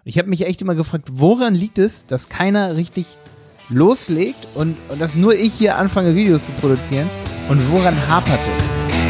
Ich habe mich echt immer gefragt, woran liegt es, dass keiner richtig loslegt und dass nur ich hier anfange, Videos zu produzieren? Und woran hapert es?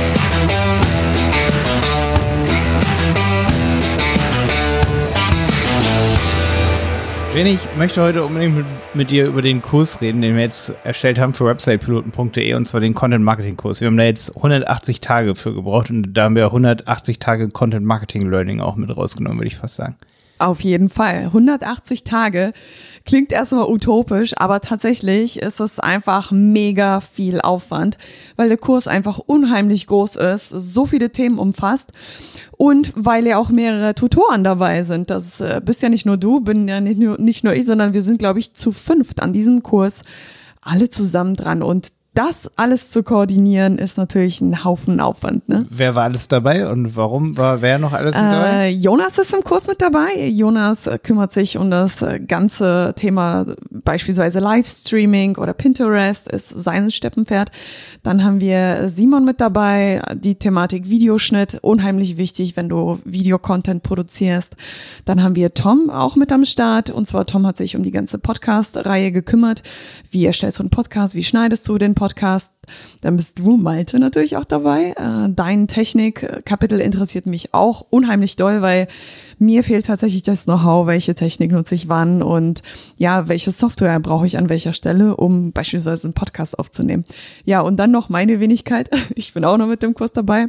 Ich möchte heute unbedingt mit dir über den Kurs reden, den wir jetzt erstellt haben für websitepiloten.de, und zwar den Content-Marketing-Kurs. Wir haben da jetzt 180 Tage für gebraucht und da haben wir 180 Tage Content-Marketing-Learning auch mit rausgenommen, würde ich fast sagen. Auf jeden Fall. 180 Tage klingt erstmal utopisch, aber tatsächlich ist es einfach mega viel Aufwand, weil der Kurs einfach unheimlich groß ist, so viele Themen umfasst und weil ja auch mehrere Tutoren dabei sind. Das bist ja nicht nur du, bin ja nicht nur ich, sondern wir sind, glaube ich, zu 5 an diesem Kurs alle zusammen dran, und das alles zu koordinieren, ist natürlich ein Haufen Aufwand, ne? Wer war alles dabei und warum war wer noch alles mit dabei? Jonas ist im Kurs mit dabei. Jonas kümmert sich um das ganze Thema, beispielsweise Livestreaming oder Pinterest ist sein Steppenpferd. Dann haben wir Simon mit dabei, die Thematik Videoschnitt, unheimlich wichtig, wenn du Videocontent produzierst. Dann haben wir Tom auch mit am Start, und zwar Tom hat sich um die ganze Podcast-Reihe gekümmert. Wie erstellst du einen Podcast? Wie schneidest du den Podcast? Dann bist du, Malte, natürlich auch dabei. Dein Technik-Kapitel interessiert mich auch unheimlich doll, weil mir fehlt tatsächlich das Know-how, welche Technik nutze ich wann und ja, welche Software brauche ich an welcher Stelle, um beispielsweise einen Podcast aufzunehmen. Ja, und dann noch meine Wenigkeit. Ich bin auch noch mit dem Kurs dabei.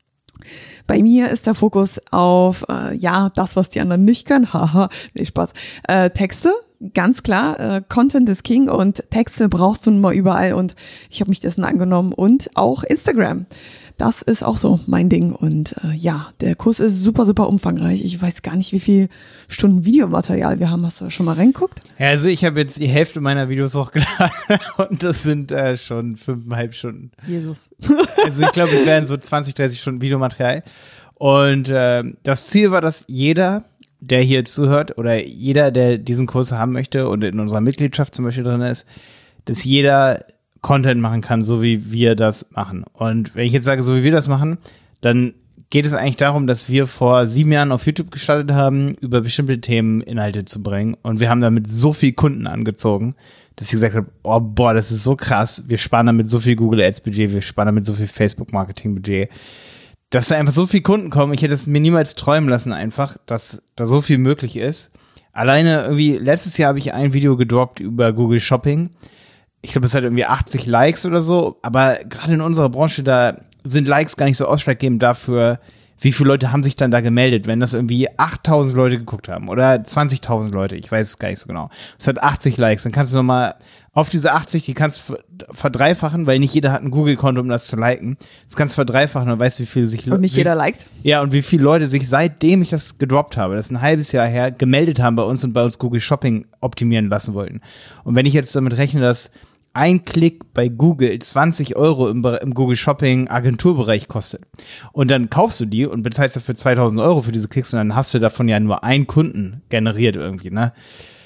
Bei mir ist der Fokus auf, das, was die anderen nicht können. Haha, nee, Spaß. Texte. Ganz klar, Content is King und Texte brauchst du nun mal überall, und ich habe mich dessen angenommen, und auch Instagram. Das ist auch so mein Ding, und der Kurs ist super, super umfangreich. Ich weiß gar nicht, wie viel Stunden Videomaterial wir haben. Hast du schon mal reingeguckt? Ja, also ich habe jetzt die Hälfte meiner Videos hochgeladen und das sind schon 5,5 Stunden. Jesus. Also ich glaube, es wären so 20, 30 Stunden Videomaterial, und das Ziel war, dass jeder, der hier zuhört, oder jeder, der diesen Kurs haben möchte und in unserer Mitgliedschaft zum Beispiel drin ist, dass jeder Content machen kann, so wie wir das machen. Und wenn ich jetzt sage, so wie wir das machen, dann geht es eigentlich darum, dass wir vor 7 Jahren auf YouTube gestartet haben, über bestimmte Themen Inhalte zu bringen. Und wir haben damit so viel Kunden angezogen, dass ich gesagt habe, das ist so krass. Wir sparen damit so viel Google Ads Budget, wir sparen damit so viel Facebook Marketing Budget, dass da einfach so viele Kunden kommen. Ich hätte es mir niemals träumen lassen einfach, dass da so viel möglich ist. Alleine irgendwie, letztes Jahr habe ich ein Video gedroppt über Google Shopping. Ich glaube, es hat irgendwie 80 Likes oder so. Aber gerade in unserer Branche, da sind Likes gar nicht so ausschlaggebend dafür, wie viele Leute haben sich dann da gemeldet, wenn das irgendwie 8.000 Leute geguckt haben oder 20.000 Leute, ich weiß es gar nicht so genau. Es hat 80 Likes, dann kannst du nochmal auf diese 80, die kannst du verdreifachen, weil nicht jeder hat ein Google-Konto, um das zu liken. Das kannst du verdreifachen und weißt, wie viele sich... Und nicht jeder liked? Ja, und wie viele Leute sich, seitdem ich das gedroppt habe, das ist ein halbes Jahr her, gemeldet haben bei uns und bei uns Google Shopping optimieren lassen wollten. Und wenn ich jetzt damit rechne, dass ein Klick bei Google 20 € im Google Shopping Agenturbereich kostet. Und dann kaufst du die und bezahlst dafür 2.000 € für diese Klicks, und dann hast du davon ja nur einen Kunden generiert irgendwie, ne?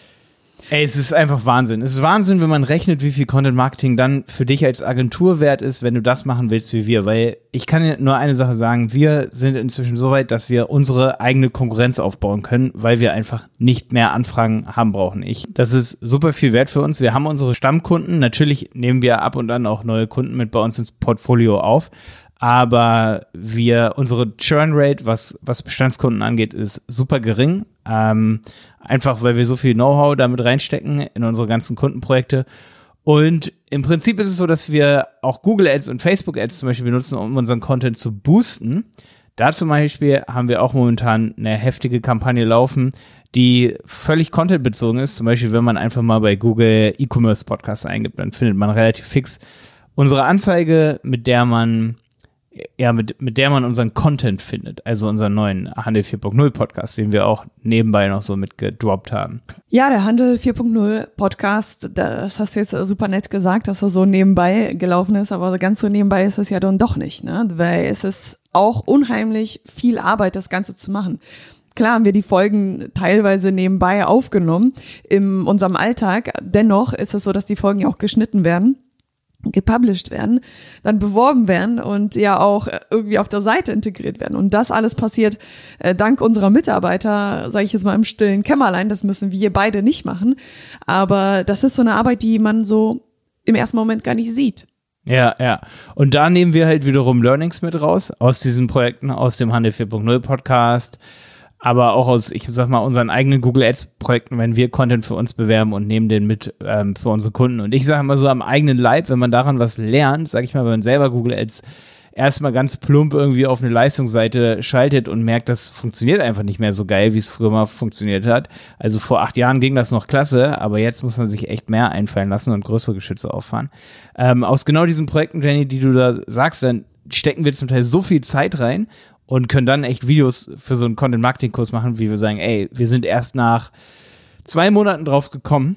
Ey, es ist einfach Wahnsinn. Es ist Wahnsinn, wenn man rechnet, wie viel Content Marketing dann für dich als Agentur wert ist, wenn du das machen willst wie wir. Weil ich kann dir nur eine Sache sagen, wir sind inzwischen so weit, dass wir unsere eigene Konkurrenz aufbauen können, weil wir einfach nicht mehr Anfragen haben brauchen. Das ist super viel wert für uns. Wir haben unsere Stammkunden. Natürlich nehmen wir ab und an auch neue Kunden mit bei uns ins Portfolio auf. Aber unsere Churn-Rate, was Bestandskunden angeht, ist super gering. Einfach, weil wir so viel Know-how damit reinstecken in unsere ganzen Kundenprojekte. Und im Prinzip ist es so, dass wir auch Google Ads und Facebook Ads zum Beispiel benutzen, um unseren Content zu boosten. Da zum Beispiel haben wir auch momentan eine heftige Kampagne laufen, die völlig contentbezogen ist. Zum Beispiel, wenn man einfach mal bei Google E-Commerce Podcast eingibt, dann findet man relativ fix unsere Anzeige, mit der man unseren Content findet, also unseren neuen Handel 4.0 Podcast, den wir auch nebenbei noch so mit gedroppt haben. Ja, der Handel 4.0 Podcast, das hast du jetzt super nett gesagt, dass er so nebenbei gelaufen ist, aber ganz so nebenbei ist es ja dann doch nicht, ne? Weil es ist auch unheimlich viel Arbeit, das Ganze zu machen. Klar haben wir die Folgen teilweise nebenbei aufgenommen in unserem Alltag, dennoch ist es so, dass die Folgen ja auch geschnitten werden. gepublished werden, dann beworben werden und ja auch irgendwie auf der Seite integriert werden. Und das alles passiert dank unserer Mitarbeiter, sage ich jetzt mal im stillen Kämmerlein, das müssen wir beide nicht machen. Aber das ist so eine Arbeit, die man so im ersten Moment gar nicht sieht. Ja, ja. Und da nehmen wir halt wiederum Learnings mit raus, aus diesen Projekten, aus dem Handel 4.0 Podcast, aber auch aus, ich sag mal, unseren eigenen Google Ads Projekten, wenn wir Content für uns bewerben und nehmen den mit für unsere Kunden. Und ich sage mal so am eigenen Leib, wenn man daran was lernt, sag ich mal, wenn man selber Google Ads erstmal ganz plump irgendwie auf eine Leistungsseite schaltet und merkt, das funktioniert einfach nicht mehr so geil, wie es früher mal funktioniert hat. Also vor 8 Jahren ging das noch klasse, aber jetzt muss man sich echt mehr einfallen lassen und größere Geschütze auffahren. Aus genau diesen Projekten, Jenny, die du da sagst, dann stecken wir zum Teil so viel Zeit rein und können dann echt Videos für so einen Content-Marketing-Kurs machen, wie wir sagen, ey, wir sind erst nach 2 Monaten drauf gekommen,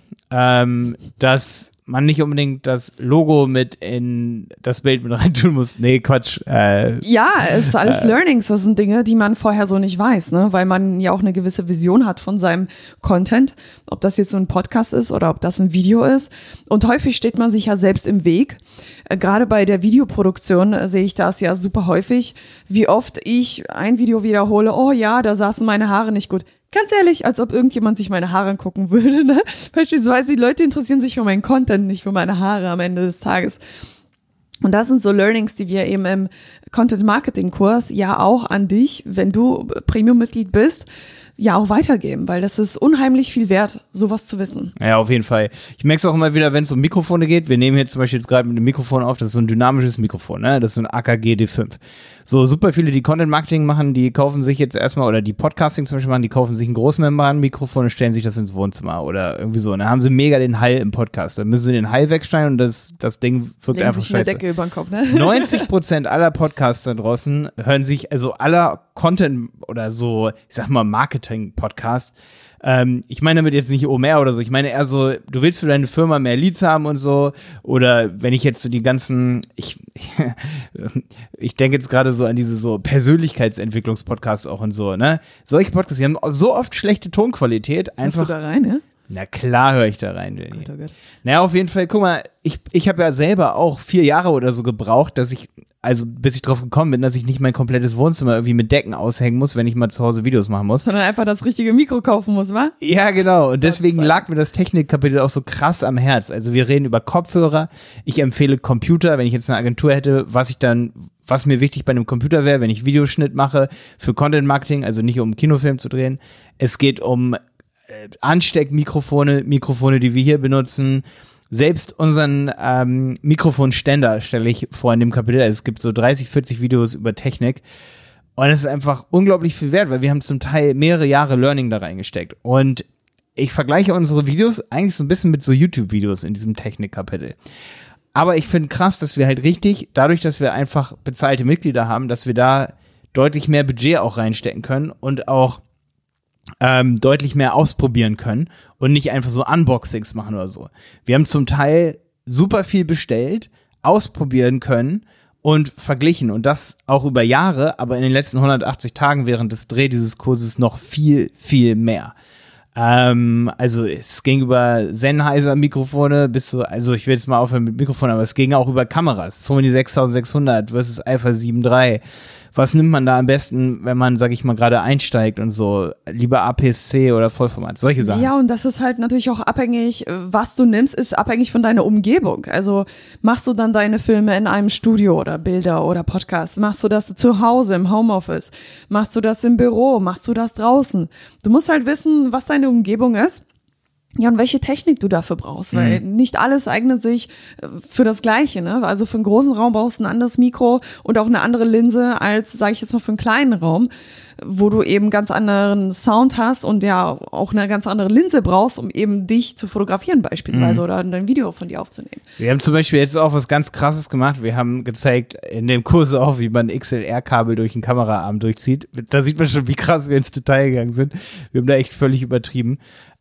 dass man nicht unbedingt das Logo mit in das Bild mit rein tun muss. Nee, Quatsch. Ja, es ist alles Learnings, das sind Dinge, die man vorher so nicht weiß, ne? Weil man ja auch eine gewisse Vision hat von seinem Content, ob das jetzt so ein Podcast ist oder ob das ein Video ist. Und häufig steht man sich ja selbst im Weg. Gerade bei der Videoproduktion sehe ich das ja super häufig, wie oft ich ein Video wiederhole, oh ja, da saßen meine Haare nicht gut. Ganz ehrlich, als ob irgendjemand sich meine Haare angucken würde, ne? Beispielsweise, die Leute interessieren sich für meinen Content, nicht für meine Haare am Ende des Tages. Und das sind so Learnings, die wir eben im Content-Marketing-Kurs ja auch an dich, wenn du Premium-Mitglied bist, ja auch weitergeben, weil das ist unheimlich viel wert, sowas zu wissen. Ja, auf jeden Fall. Ich merke es auch immer wieder, wenn es um Mikrofone geht. Wir nehmen hier zum Beispiel jetzt gerade mit dem Mikrofon auf, das ist so ein dynamisches Mikrofon, ne? Das ist so ein AKG D5. So super viele, die Content-Marketing machen, die kaufen sich jetzt erstmal, oder die Podcasting zum Beispiel machen, die kaufen sich ein Großmembran-Mikrofon und stellen sich das ins Wohnzimmer oder irgendwie so. Und dann haben sie mega den Hall im Podcast. Dann müssen sie den Hall wegschneiden und das Ding wirkt legen einfach sich eine scheiße. Decke über den Kopf, ne? 90% aller Podcasts da draußen hören sich, also aller Content oder so, ich sag mal Marketing-Podcasts, ich meine damit jetzt nicht OMR oder so, ich meine eher so, du willst für deine Firma mehr Leads haben und so, oder wenn ich jetzt so die ganzen, ich denke jetzt gerade so an diese so Persönlichkeitsentwicklungspodcasts auch und so, ne? Solche Podcasts, die haben so oft schlechte Tonqualität, einfach. Hörst du da rein, ne? Na klar höre ich da rein, Jenny. Oh Gott. Naja, auf jeden Fall, guck mal, ich habe ja selber auch 4 Jahre oder so gebraucht, bis ich drauf gekommen bin, dass ich nicht mein komplettes Wohnzimmer irgendwie mit Decken aushängen muss, wenn ich mal zu Hause Videos machen muss. Sondern einfach das richtige Mikro kaufen muss, wa? Ja, genau. Und deswegen lag mir das Technikkapitel auch so krass am Herz. Also wir reden über Kopfhörer. Ich empfehle Computer, wenn ich jetzt eine Agentur hätte, was mir wichtig bei einem Computer wäre, wenn ich Videoschnitt mache für Content Marketing, also nicht um einen Kinofilm zu drehen. Es geht um Ansteckmikrofone, die wir hier benutzen. Selbst unseren Mikrofonständer stelle ich vor in dem Kapitel. Also es gibt so 30, 40 Videos über Technik. Und es ist einfach unglaublich viel wert, weil wir haben zum Teil mehrere Jahre Learning da reingesteckt. Und ich vergleiche unsere Videos eigentlich so ein bisschen mit so YouTube-Videos in diesem Technikkapitel. Aber ich finde krass, dass wir halt richtig, dadurch, dass wir einfach bezahlte Mitglieder haben, dass wir da deutlich mehr Budget auch reinstecken können und auch deutlich mehr ausprobieren können und nicht einfach so Unboxings machen oder so. Wir haben zum Teil super viel bestellt, ausprobieren können und verglichen und das auch über Jahre, aber in den letzten 180 Tagen während des Dreh dieses Kurses noch viel, viel mehr. Also es ging über Sennheiser-Mikrofone bis zu, also ich will jetzt mal aufhören mit Mikrofonen, aber es ging auch über Kameras. Sony 6600 versus Alpha 7 III. Was nimmt man da am besten, wenn man, sag ich mal, gerade einsteigt und so? Lieber APS-C oder Vollformat, solche Sachen. Ja, und das ist halt natürlich auch abhängig, was du nimmst, ist abhängig von deiner Umgebung. Also machst du dann deine Filme in einem Studio oder Bilder oder Podcasts? Machst du das zu Hause im Homeoffice? Machst du das im Büro? Machst du das draußen? Du musst halt wissen, was deine Umgebung ist. Ja, und welche Technik du dafür brauchst, weil nicht alles eignet sich für das Gleiche, ne? Also für einen großen Raum brauchst du ein anderes Mikro und auch eine andere Linse als, sage ich jetzt mal, für einen kleinen Raum, wo du eben ganz anderen Sound hast und ja auch eine ganz andere Linse brauchst, um eben dich zu fotografieren beispielsweise oder ein Video von dir aufzunehmen. Wir haben zum Beispiel jetzt auch was ganz Krasses gemacht. Wir haben gezeigt in dem Kurs auch, wie man XLR-Kabel durch einen Kameraarm durchzieht. Da sieht man schon, wie krass wir ins Detail gegangen sind. Wir haben da echt völlig übertrieben.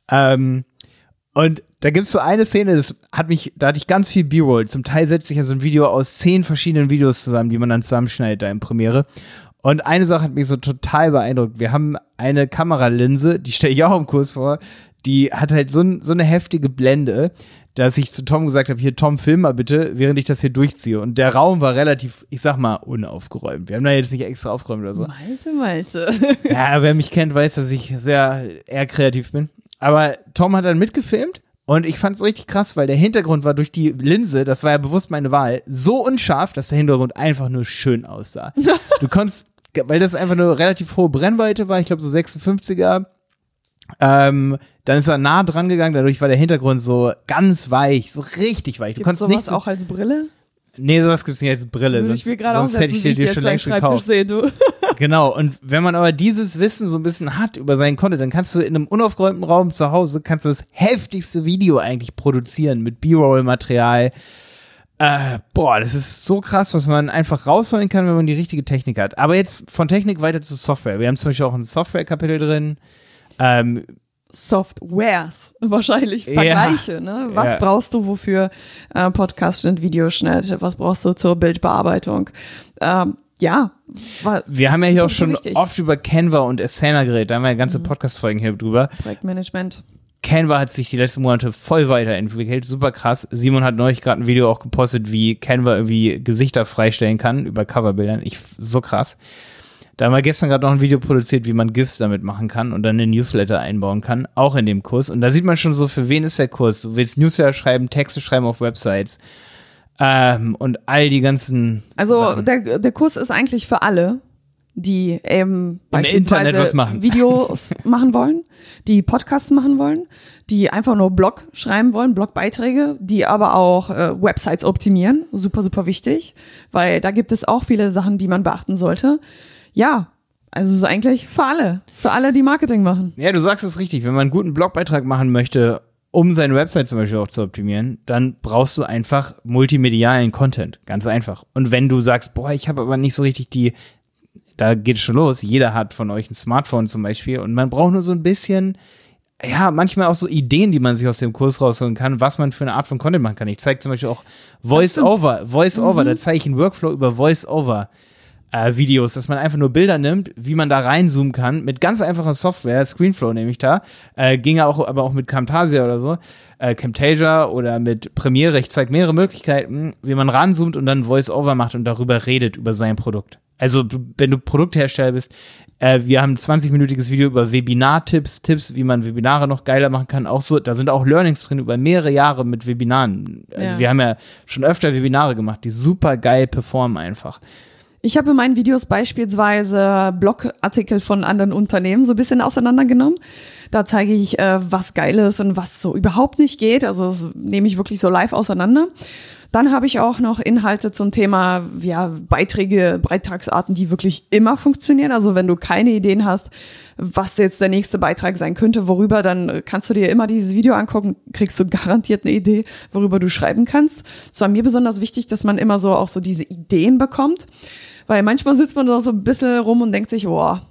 Und da gibt's so eine Szene, da hatte ich ganz viel B-Roll. Zum Teil setzt sich ja so ein Video aus 10 verschiedenen Videos zusammen, die man dann zusammenschneidet da in Premiere. Und eine Sache hat mich so total beeindruckt. Wir haben eine Kameralinse, die stelle ich auch im Kurs vor, die hat halt so eine heftige Blende, dass ich zu Tom gesagt habe, hier Tom, film mal bitte, während ich das hier durchziehe. Und der Raum war relativ, ich sag mal, unaufgeräumt. Wir haben da jetzt nicht extra aufgeräumt oder so. Malte. Ja, wer mich kennt, weiß, dass ich eher kreativ bin. Aber Tom hat dann mitgefilmt und ich fand es richtig krass, weil der Hintergrund war durch die Linse, das war ja bewusst meine Wahl, so unscharf, dass der Hintergrund einfach nur schön aussah. Du konntest, weil das einfach eine relativ hohe Brennweite war, ich glaube so 56er, dann ist er nah dran gegangen, dadurch war der Hintergrund so ganz weich, so richtig weich. Du konntest sowas nicht so, auch als Brille? Nee, sowas gibt's nicht als Brille. Würde ich mir gerade sonst hätte ich dir schon längst gekauft. Sehe, du. Genau, und wenn man aber dieses Wissen so ein bisschen hat über seinen Content, dann kannst du in einem unaufgeräumten Raum zu Hause, kannst du das heftigste Video eigentlich produzieren mit B-Roll-Material. Das ist so krass, was man einfach rausholen kann, wenn man die richtige Technik hat. Aber jetzt von Technik weiter zu Software. Wir haben zum Beispiel auch ein Software-Kapitel drin. Softwares, wahrscheinlich Vergleiche, ne? Was brauchst du wofür Podcast-Schnitt, Videoschnitt? Was brauchst du zur Bildbearbeitung? Wir haben ja hier auch schon oft über Canva und Asana geredet. Da haben wir ja ganze Podcast-Folgen hier drüber. Projektmanagement. Canva hat sich die letzten Monate voll weiterentwickelt. Super krass. Simon hat neulich gerade ein Video auch gepostet, wie Canva irgendwie Gesichter freistellen kann über Coverbildern. So krass. Da haben wir gestern gerade noch ein Video produziert, wie man GIFs damit machen kann und dann einen Newsletter einbauen kann, auch in dem Kurs. Und da sieht man schon so, für wen ist der Kurs. Du willst Newsletter schreiben, Texte schreiben auf Websites und all die ganzen Sachen. Der Kurs ist eigentlich für alle, die eben beispielsweise was machen. Videos machen wollen, die Podcasts machen wollen, die einfach nur Blog schreiben wollen, Blogbeiträge, die aber auch Websites optimieren. Super, super wichtig, weil da gibt es auch viele Sachen, die man beachten sollte. Ja, also es ist eigentlich für alle, die Marketing machen. Ja, du sagst es richtig. Wenn man einen guten Blogbeitrag machen möchte, um seine Website zum Beispiel auch zu optimieren, dann brauchst du einfach multimedialen Content. Ganz einfach. Und wenn du sagst, ich habe aber nicht so richtig da geht es schon los. Jeder hat von euch ein Smartphone zum Beispiel und man braucht nur so ein bisschen, manchmal auch so Ideen, die man sich aus dem Kurs rausholen kann, was man für eine Art von Content machen kann. Ich zeige zum Beispiel auch Voice-Over, da zeige ich einen Workflow über Voice-Over. Videos, dass man einfach nur Bilder nimmt, wie man da reinzoomen kann, mit ganz einfacher Software, Screenflow nehme ich da, ginge aber auch mit Camtasia oder so, Camtasia oder mit Premiere, ich zeige mehrere Möglichkeiten, wie man ranzoomt und dann Voice-Over macht und darüber redet, über sein Produkt. Also, wenn du Produkthersteller bist, wir haben ein 20-minütiges Video über Webinar-Tipps, wie man Webinare noch geiler machen kann, auch so, da sind auch Learnings drin über mehrere Jahre mit Webinaren. Also, wir haben ja schon öfter Webinare gemacht, die super geil performen einfach. Ich habe in meinen Videos beispielsweise Blogartikel von anderen Unternehmen so ein bisschen auseinandergenommen. Da zeige ich, was geil ist und was so überhaupt nicht geht. Also das nehme ich wirklich so live auseinander. Dann habe ich auch noch Inhalte zum Thema Beitragsarten, die wirklich immer funktionieren. Also wenn du keine Ideen hast, was jetzt der nächste Beitrag sein könnte, worüber, dann kannst du dir immer dieses Video angucken, kriegst du garantiert eine Idee, worüber du schreiben kannst. Es war mir besonders wichtig, dass man immer so auch so diese Ideen bekommt, weil manchmal sitzt man da so ein bisschen rum und denkt sich,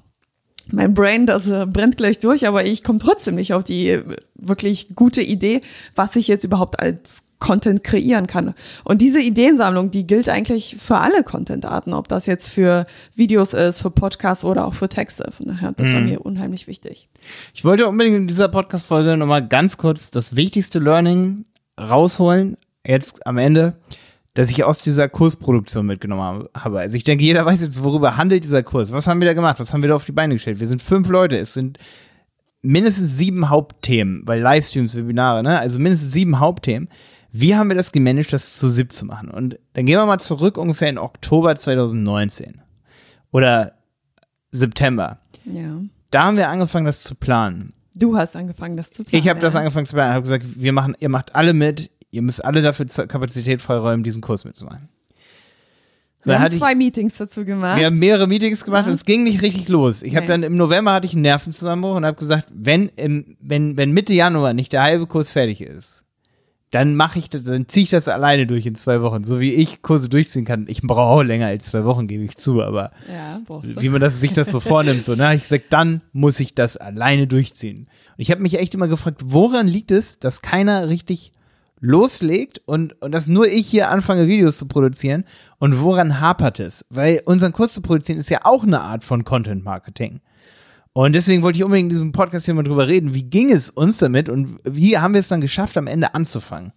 mein Brain, das brennt gleich durch, aber ich komme trotzdem nicht auf die wirklich gute Idee, was ich jetzt überhaupt als Content kreieren kann. Und diese Ideensammlung, die gilt eigentlich für alle Content-Arten, ob das jetzt für Videos ist, für Podcasts oder auch für Texte. Von daher, das war mir unheimlich wichtig. Ich wollte unbedingt in dieser Podcast-Folge nochmal ganz kurz das wichtigste Learning rausholen, jetzt am Ende, dass ich aus dieser Kursproduktion mitgenommen habe. Also ich denke, jeder weiß jetzt, worüber handelt dieser Kurs. Was haben wir da gemacht? Was haben wir da auf die Beine gestellt? Wir sind 5 Leute. Es sind mindestens 7 Hauptthemen, weil Livestreams, Webinare, ne? Also mindestens 7 Hauptthemen. Wie haben wir das gemanagt, das zu 7 zu machen? Und dann gehen wir mal zurück ungefähr in Oktober 2019 oder September. Ja. Da haben wir angefangen, das zu planen. Du hast angefangen, das zu planen. Ich habe das angefangen zu planen. Ich habe gesagt, ihr macht alle mit. Ihr müsst alle dafür Kapazität freiräumen, diesen Kurs mitzumachen. So, wir haben 2 Meetings dazu gemacht. Wir haben mehrere Meetings gemacht und es ging nicht richtig los. Ich habe dann im November hatte ich einen Nervenzusammenbruch und habe gesagt, wenn Mitte Januar nicht der halbe Kurs fertig ist, dann ziehe ich das alleine durch in 2 Wochen. So wie ich Kurse durchziehen kann. Ich brauche länger als 2 Wochen, gebe ich zu, aber wie man sich das so vornimmt. So, ne? Ich sage, dann muss ich das alleine durchziehen. Und ich habe mich echt immer gefragt, woran liegt es, dass keiner richtig loslegt und dass nur ich hier anfange, Videos zu produzieren und woran hapert es? Weil unseren Kurs zu produzieren ist ja auch eine Art von Content Marketing. Und deswegen wollte ich unbedingt in diesem Podcast hier mal drüber reden, wie ging es uns damit und wie haben wir es dann geschafft, am Ende anzufangen?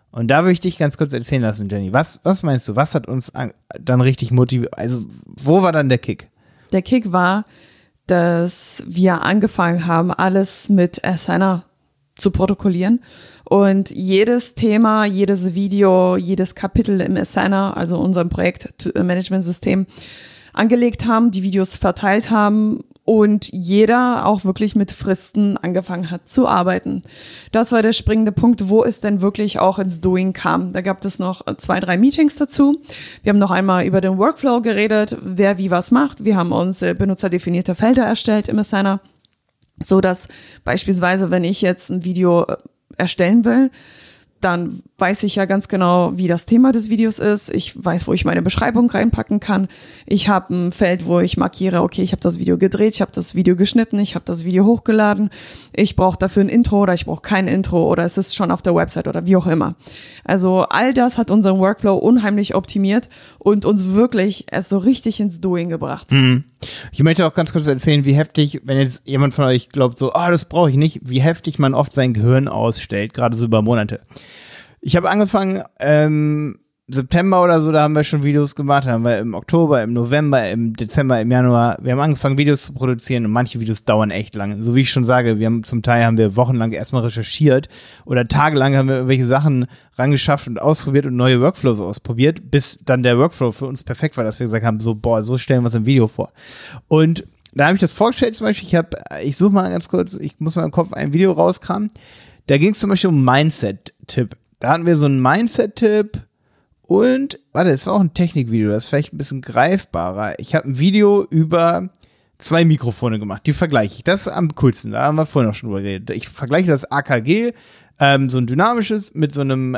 Und da würde ich dich ganz kurz erzählen lassen, Jenny. Was meinst du? Was hat uns dann richtig motiviert? Also, wo war dann der Kick? Der Kick war, dass wir angefangen haben, alles mit Asana zu protokollieren und jedes Thema, jedes Video, jedes Kapitel im Asana, also unserem Projektmanagementsystem, angelegt haben, die Videos verteilt haben und jeder auch wirklich mit Fristen angefangen hat zu arbeiten. Das war der springende Punkt, wo es denn wirklich auch ins Doing kam. Da gab es noch 2, 3 Meetings dazu. Wir haben noch einmal über den Workflow geredet, wer wie was macht. Wir haben uns benutzerdefinierte Felder erstellt im Asana, so dass beispielsweise, wenn ich jetzt ein Video erstellen will, dann weiß ich ja ganz genau, wie das Thema des Videos ist. Ich weiß, wo ich meine Beschreibung reinpacken kann. Ich habe ein Feld, wo ich markiere, okay, ich habe das Video gedreht, ich habe das Video geschnitten, ich habe das Video hochgeladen. Ich brauche dafür ein Intro oder ich brauche kein Intro oder es ist schon auf der Website oder wie auch immer. Also all das hat unseren Workflow unheimlich optimiert und uns wirklich erst so richtig ins Doing gebracht. Mhm. Ich möchte auch ganz kurz erzählen, wie heftig, wenn jetzt jemand von euch glaubt so, das brauche ich nicht, wie heftig man oft sein Gehirn ausstellt, gerade so über Monate. Ich habe angefangen, September oder so, da haben wir schon Videos gemacht, da haben wir im Oktober, im November, im Dezember, im Januar, wir haben angefangen, Videos zu produzieren und manche Videos dauern echt lange. So wie ich schon sage, zum Teil haben wir wochenlang erstmal recherchiert oder tagelang haben wir irgendwelche Sachen rangeschafft und ausprobiert und neue Workflows ausprobiert, bis dann der Workflow für uns perfekt war, dass wir gesagt haben, so stellen wir es im Video vor. Und da habe ich das vorgestellt zum Beispiel, ich suche mal ganz kurz, ich muss mal im Kopf ein Video rauskramen, da ging es zum Beispiel um Mindset-Tipp. Da hatten wir so einen Mindset-Tipp und, es war auch ein Technikvideo, das ist vielleicht ein bisschen greifbarer. Ich habe ein Video über 2 Mikrofone gemacht, die vergleiche ich. Das ist am coolsten, da haben wir vorhin auch schon drüber geredet. Ich vergleiche das AKG, so ein dynamisches, mit so einem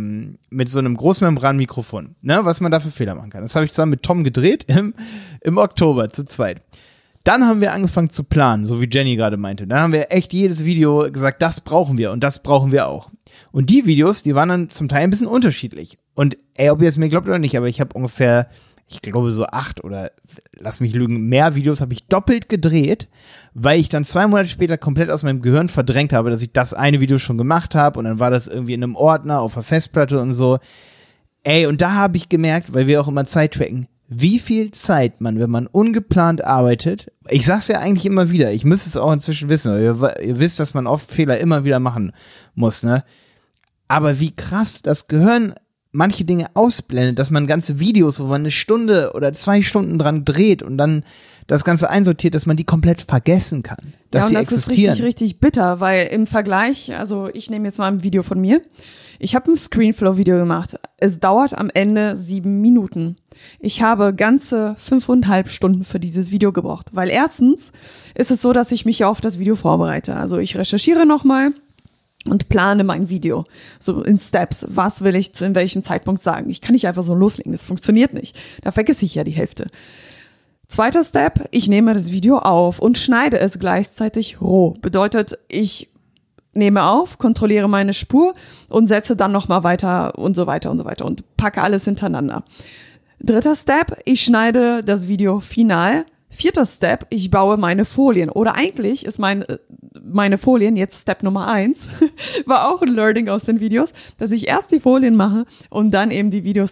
Großmembran-Mikrofon, ne, was man da für Fehler machen kann. Das habe ich zusammen mit Tom gedreht im Oktober zu zweit. Dann haben wir angefangen zu planen, so wie Jenny gerade meinte. Dann haben wir echt jedes Video gesagt, das brauchen wir und das brauchen wir auch. Und die Videos, die waren dann zum Teil ein bisschen unterschiedlich. Und ob ihr es mir glaubt oder nicht, aber ich habe ungefähr, ich glaube so 8 oder, lass mich lügen, mehr Videos habe ich doppelt gedreht, weil ich dann 2 Monate später komplett aus meinem Gehirn verdrängt habe, dass ich das eine Video schon gemacht habe und dann war das irgendwie in einem Ordner auf der Festplatte und so. Und da habe ich gemerkt, weil wir auch immer Zeit tracken, wie viel Zeit man, wenn man ungeplant arbeitet, ich sag's ja eigentlich immer wieder, ich müsste es auch inzwischen wissen, ihr wisst, dass man oft Fehler immer wieder machen muss, ne? Aber wie krass das Gehirn manche Dinge ausblendet, dass man ganze Videos, wo man 1 Stunde oder 2 Stunden dran dreht und dann das Ganze einsortiert, dass man die komplett vergessen kann, dass sie existieren. Das ist richtig bitter, weil im Vergleich, also ich nehme jetzt mal ein Video von mir, ich habe ein Screenflow-Video gemacht. Es dauert am Ende 7 Minuten. Ich habe ganze 5,5 Stunden für dieses Video gebraucht, weil erstens ist es so, dass ich mich ja auf das Video vorbereite. Also ich recherchiere nochmal und plane mein Video, so in Steps. Was will ich in welchem Zeitpunkt sagen? Ich kann nicht einfach so loslegen, das funktioniert nicht. Da vergesse ich ja die Hälfte. Zweiter Step, ich nehme das Video auf und schneide es gleichzeitig roh. Bedeutet, ich nehme auf, kontrolliere meine Spur und setze dann nochmal weiter und so weiter und so weiter und packe alles hintereinander. Dritter Step, ich schneide das Video final. Vierter Step, ich baue meine Folien. Oder eigentlich ist meine Folien, jetzt Step Nummer 1, war auch ein Learning aus den Videos, dass ich erst die Folien mache und dann eben die Videos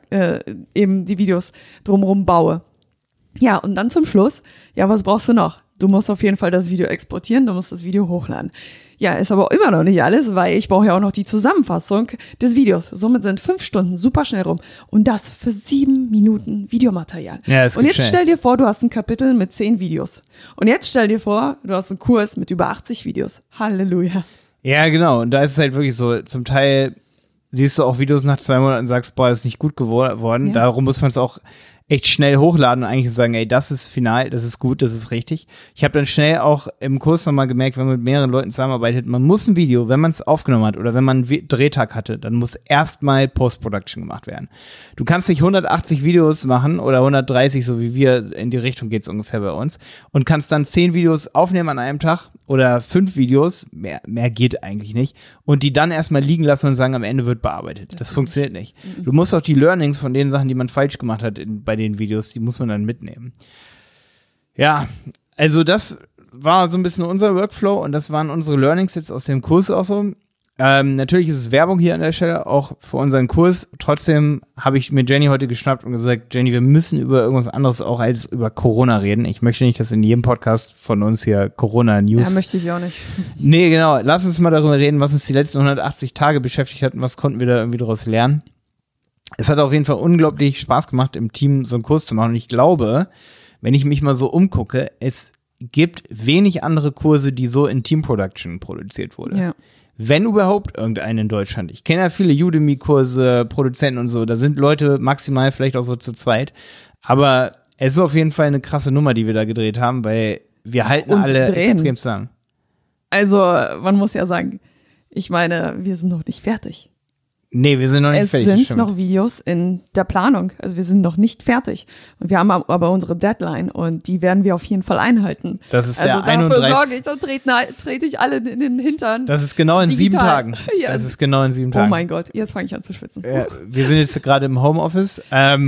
eben die Videos drumherum baue. Ja, und dann zum Schluss, ja, was brauchst du noch? Du musst auf jeden Fall das Video exportieren, du musst das Video hochladen. Ja, ist aber immer noch nicht alles, weil ich brauche ja auch noch die Zusammenfassung des Videos. Somit sind 5 Stunden super schnell rum. Und das für 7 Minuten Videomaterial. Ja, und jetzt stell dir vor, du hast ein Kapitel mit 10 Videos. Und jetzt stell dir vor, du hast einen Kurs mit über 80 Videos. Halleluja. Ja, genau. Und da ist es halt wirklich so, zum Teil siehst du auch Videos nach 2 Monaten und sagst, das ist nicht gut geworden. Ja. Darum muss man es auch echt schnell hochladen und eigentlich sagen, das ist final, das ist gut, das ist richtig. Ich habe dann schnell auch im Kurs nochmal gemerkt, wenn man mit mehreren Leuten zusammenarbeitet, man muss ein Video, wenn man es aufgenommen hat oder wenn man einen Drehtag hatte, dann muss erstmal Post-Production gemacht werden. Du kannst nicht 180 Videos machen oder 130, so wie wir, in die Richtung geht's ungefähr bei uns, und kannst dann 10 Videos aufnehmen an einem Tag oder 5 Videos, mehr geht eigentlich nicht, und die dann erstmal liegen lassen und sagen, am Ende wird bearbeitet. Das funktioniert nicht. Du musst auch die Learnings von den Sachen, die man falsch gemacht hat bei den Videos, die muss man dann mitnehmen. Ja, also das war so ein bisschen unser Workflow und das waren unsere Learnings jetzt aus dem Kurs auch so. Natürlich ist es Werbung hier an der Stelle, auch für unseren Kurs. Trotzdem habe ich mir Jenny heute geschnappt und gesagt, Jenny, wir müssen über irgendwas anderes auch als über Corona reden. Ich möchte nicht, dass in jedem Podcast von uns hier Corona-News... Ja, möchte ich auch nicht. Nee, genau. Lass uns mal darüber reden, was uns die letzten 180 Tage beschäftigt hat und was konnten wir da irgendwie daraus lernen. Es hat auf jeden Fall unglaublich Spaß gemacht, im Team so einen Kurs zu machen. Und ich glaube, wenn ich mich mal so umgucke, es gibt wenig andere Kurse, die so in Team-Production produziert wurden. Ja. Wenn überhaupt irgendeinen in Deutschland. Ich kenne ja viele Udemy-Kurse, Produzenten und so. Da sind Leute maximal vielleicht auch so zu zweit. Aber es ist auf jeden Fall eine krasse Nummer, die wir da gedreht haben, weil wir halten Und alle drehen. extrem zusammen. Also, man muss ja sagen, ich meine, wir sind noch nicht fertig. Nee, wir sind noch nicht Es fertig. sind stimmt. noch Videos in der Planung. Also wir sind noch nicht fertig. Und wir haben aber unsere Deadline und die werden wir auf jeden Fall einhalten. Das ist also der dafür 31. sorge ich, dann trete ich alle in den Hintern. Das ist genau in Digital. 7 Tagen. Ja. Das ist genau in 7 Tagen. Oh mein Gott, jetzt fange ich an zu schwitzen. Wir sind jetzt gerade im Homeoffice.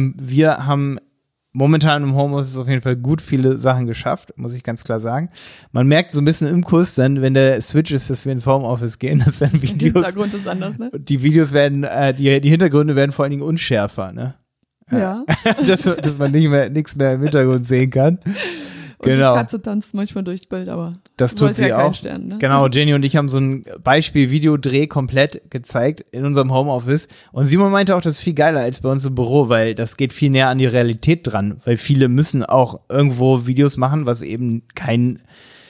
Wir haben momentan im Homeoffice auf jeden Fall gut viele Sachen geschafft, muss ich ganz klar sagen. Man merkt so ein bisschen im Kurs dann, wenn der Switch ist, dass wir ins Homeoffice gehen, dass dann Der Videos, Hintergrund ist anders, ne? die Videos werden, die Hintergründe werden vor allen Dingen unschärfer, ne? Ja. dass man nichts mehr im Hintergrund sehen kann. Und Genau. die Katze tanzt manchmal durchs Bild, aber Das du tut sollst sie ja keinen auch. Stern, ne? Genau, Jenny und ich haben so ein Beispiel-Videodreh komplett gezeigt in unserem Homeoffice. Und Simon meinte auch, das ist viel geiler als bei uns im Büro, weil das geht viel näher an die Realität dran. Weil viele müssen auch irgendwo Videos machen, was eben kein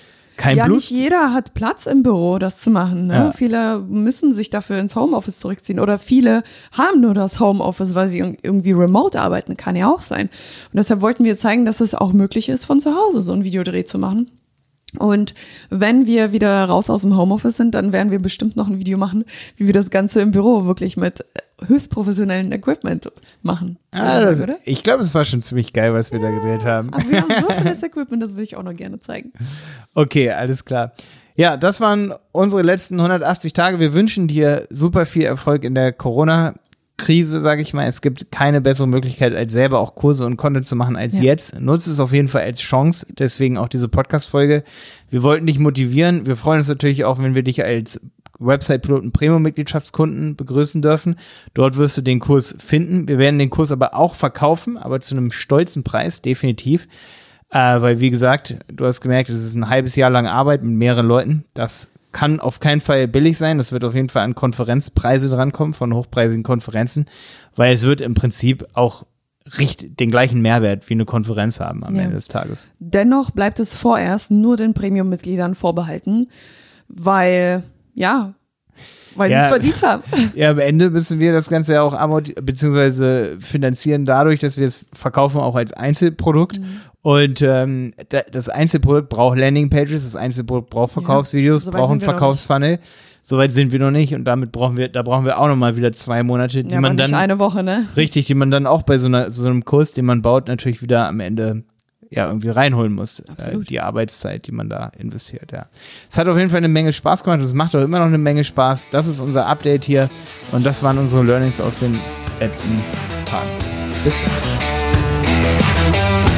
Ja, Blut. nicht jeder hat Platz im Büro, das zu machen. Ne? Ja. Viele müssen sich dafür ins Homeoffice zurückziehen oder viele haben nur das Homeoffice, weil sie irgendwie remote arbeiten. Kann ja auch sein. Und deshalb wollten wir zeigen, dass es auch möglich ist, von zu Hause so ein Videodreh zu machen. Und wenn wir wieder raus aus dem Homeoffice sind, dann werden wir bestimmt noch ein Video machen, wie wir das Ganze im Büro wirklich mit höchst professionellen Equipment machen. Oder? Ich glaube, es war schon ziemlich geil, was wir da gedreht haben. Aber wir haben so vieles Equipment, das will ich auch noch gerne zeigen. Okay, alles klar. Ja, das waren unsere letzten 180 Tage. Wir wünschen dir super viel Erfolg in der Corona-Krise, sage ich mal. Es gibt keine bessere Möglichkeit, als selber auch Kurse und Content zu machen als jetzt. Nutzt es auf jeden Fall als Chance. Deswegen auch diese Podcast-Folge. Wir wollten dich motivieren. Wir freuen uns natürlich auch, wenn wir dich als Website-Piloten Premium-Mitgliedschaftskunden begrüßen dürfen. Dort wirst du den Kurs finden. Wir werden den Kurs aber auch verkaufen, aber zu einem stolzen Preis, definitiv. Weil, wie gesagt, du hast gemerkt, es ist ein halbes Jahr lang Arbeit mit mehreren Leuten. Das kann auf keinen Fall billig sein. Das wird auf jeden Fall an Konferenzpreise drankommen von hochpreisigen Konferenzen, weil es wird im Prinzip auch den gleichen Mehrwert wie eine Konferenz haben am Ende des Tages. Dennoch bleibt es vorerst nur den Premium-Mitgliedern vorbehalten, weil sie es verdient haben. Ja, am Ende müssen wir das Ganze ja auch beziehungsweise finanzieren dadurch, dass wir es verkaufen auch als Einzelprodukt. Und das Einzelprodukt braucht Landingpages, das Einzelprodukt braucht Verkaufsvideos, so weit braucht einen sind wir noch Verkaufsfunnel. Soweit sind wir noch nicht und da brauchen wir auch nochmal wieder 2 Monate, die man dann nicht eine Woche, ne? Richtig, die man dann auch bei so einem Kurs, den man baut, natürlich wieder am Ende irgendwie reinholen muss. Die Arbeitszeit, die man da investiert, ja. Es hat auf jeden Fall eine Menge Spaß gemacht und es macht auch immer noch eine Menge Spaß. Das ist unser Update hier und das waren unsere Learnings aus den letzten Tagen. Bis dann.